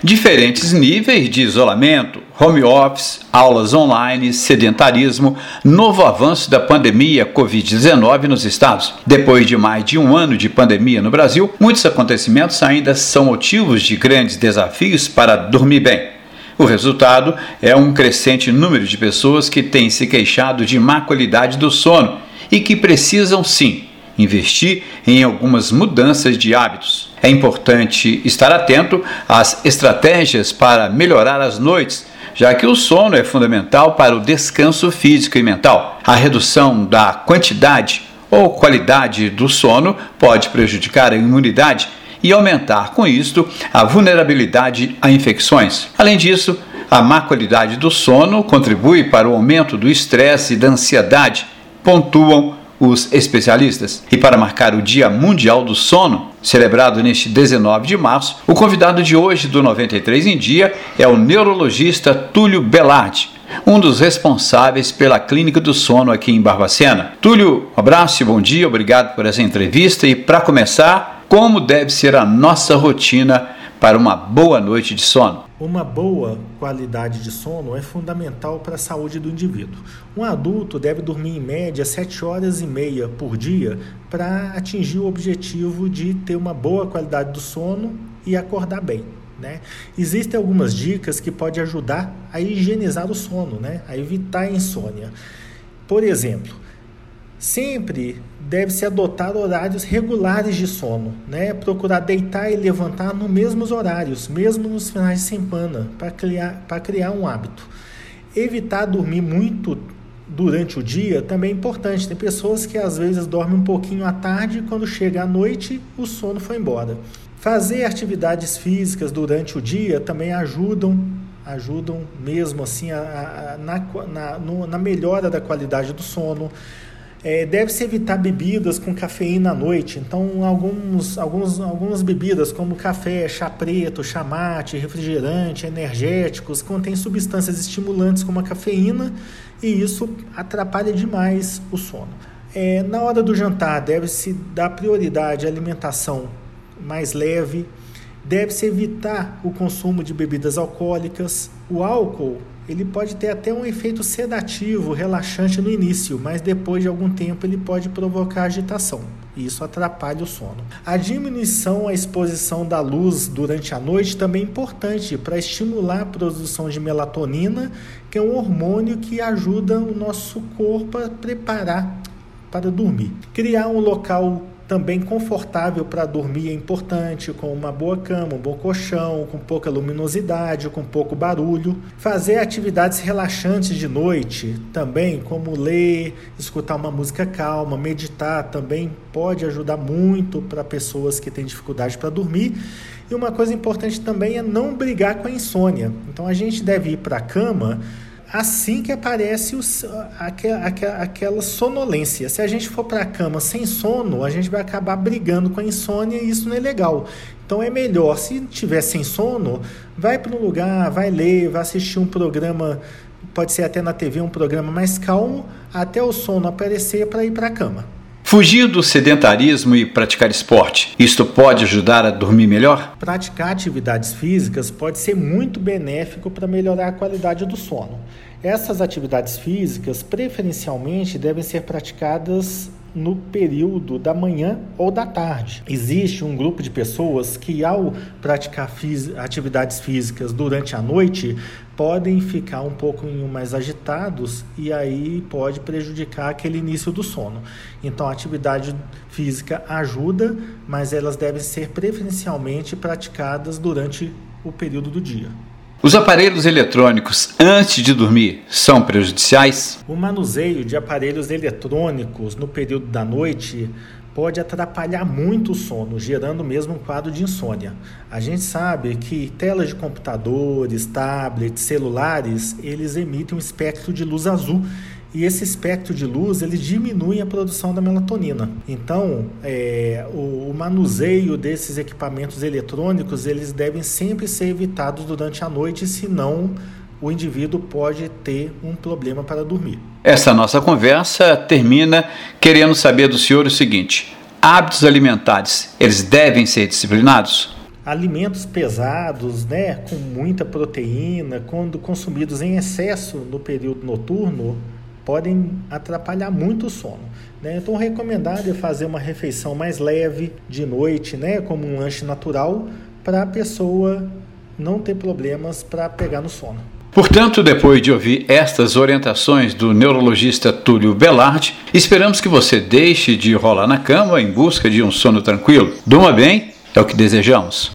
Diferentes níveis de isolamento, home office, aulas online, sedentarismo, novo avanço da pandemia Covid-19 nos estados. Depois de mais de um ano de pandemia no Brasil, muitos acontecimentos ainda são motivos de grandes desafios para dormir bem. O resultado é um crescente número de pessoas que têm se queixado de má qualidade do sono e que precisam, sim, investir em algumas mudanças de hábitos. É importante estar atento às estratégias para melhorar as noites, já que o sono é fundamental para o descanso físico e mental. A redução da quantidade ou qualidade do sono pode prejudicar a imunidade e aumentar, com isto, a vulnerabilidade a infecções. Além disso, a má qualidade do sono contribui para o aumento do estresse e da ansiedade, pontuam os especialistas. E para marcar o Dia Mundial do Sono, celebrado neste 19 de março, o convidado de hoje do 93 em Dia é o neurologista Túlio Belardi, um dos responsáveis pela Clínica do Sono aqui em Barbacena. Túlio, um abraço e bom dia, obrigado por essa entrevista. E para começar, como deve ser a nossa rotina para uma boa noite de sono? Uma boa qualidade de sono é fundamental para a saúde do indivíduo. Um adulto deve dormir em média 7 horas e meia por dia para atingir o objetivo de ter uma boa qualidade do sono e acordar bem, né? Existem algumas dicas que podem ajudar a higienizar o sono, né? A evitar a insônia. Por exemplo, sempre deve-se adotar horários regulares de sono, né? Procurar deitar e levantar nos mesmos horários, mesmo nos finais de semana, para criar um hábito. Evitar dormir muito durante o dia também é importante. Tem pessoas que às vezes dormem um pouquinho à tarde e quando chega à noite o sono foi embora. Fazer atividades físicas durante o dia também ajudam mesmo assim na melhora da qualidade do sono. Deve-se evitar bebidas com cafeína à noite. Então, algumas bebidas como café, chá preto, chá mate, refrigerante, energéticos, contêm substâncias estimulantes como a cafeína e isso atrapalha demais o sono. Na hora do jantar, deve-se dar prioridade à alimentação mais leve. Deve-se evitar o consumo de bebidas alcoólicas. O álcool ele pode ter até um efeito sedativo, relaxante no início, mas depois de algum tempo ele pode provocar agitação e isso atrapalha o sono. A diminuição à exposição da luz durante a noite também é importante para estimular a produção de melatonina, que é um hormônio que ajuda o nosso corpo a preparar para dormir. Criar um local também confortável para dormir é importante, com uma boa cama, um bom colchão, com pouca luminosidade, com pouco barulho. Fazer atividades relaxantes de noite também, como ler, escutar uma música calma, meditar, também pode ajudar muito para pessoas que têm dificuldade para dormir. E uma coisa importante também é não brigar com a insônia. Então a gente deve ir para a cama assim que aparece aquela sonolência. Se a gente for para a cama sem sono, a gente vai acabar brigando com a insônia e isso não é legal. Então é melhor, se tiver sem sono, vai para um lugar, vai ler, vai assistir um programa, pode ser até na TV, um programa mais calmo, até o sono aparecer para ir para a cama. Fugir do sedentarismo e praticar esporte, isto pode ajudar a dormir melhor? Praticar atividades físicas pode ser muito benéfico para melhorar a qualidade do sono. Essas atividades físicas, preferencialmente, devem ser praticadas no período da manhã ou da tarde. Existe um grupo de pessoas que, ao praticar atividades físicas durante a noite, podem ficar um pouco mais agitados e aí pode prejudicar aquele início do sono. Então, a atividade física ajuda, mas elas devem ser preferencialmente praticadas durante o período do dia. Os aparelhos eletrônicos antes de dormir são prejudiciais? O manuseio de aparelhos eletrônicos no período da noite pode atrapalhar muito o sono, gerando mesmo um quadro de insônia. A gente sabe que telas de computadores, tablets, celulares, eles emitem um espectro de luz azul. E esse espectro de luz, ele diminui a produção da melatonina. Então, o manuseio desses equipamentos eletrônicos, eles devem sempre ser evitados durante a noite, senão o indivíduo pode ter um problema para dormir. Essa nossa conversa termina querendo saber do senhor o seguinte: hábitos alimentares, eles devem ser disciplinados? alimentos pesados, né, com muita proteína, quando consumidos em excesso no período noturno, podem atrapalhar muito o sono, né? Então, o recomendado é fazer uma refeição mais leve de noite, né, como um lanche natural, para a pessoa não ter problemas para pegar no sono. Portanto, depois de ouvir estas orientações do neurologista Túlio Bellardi, esperamos que você deixe de rolar na cama em busca de um sono tranquilo. Durma bem, é o que desejamos.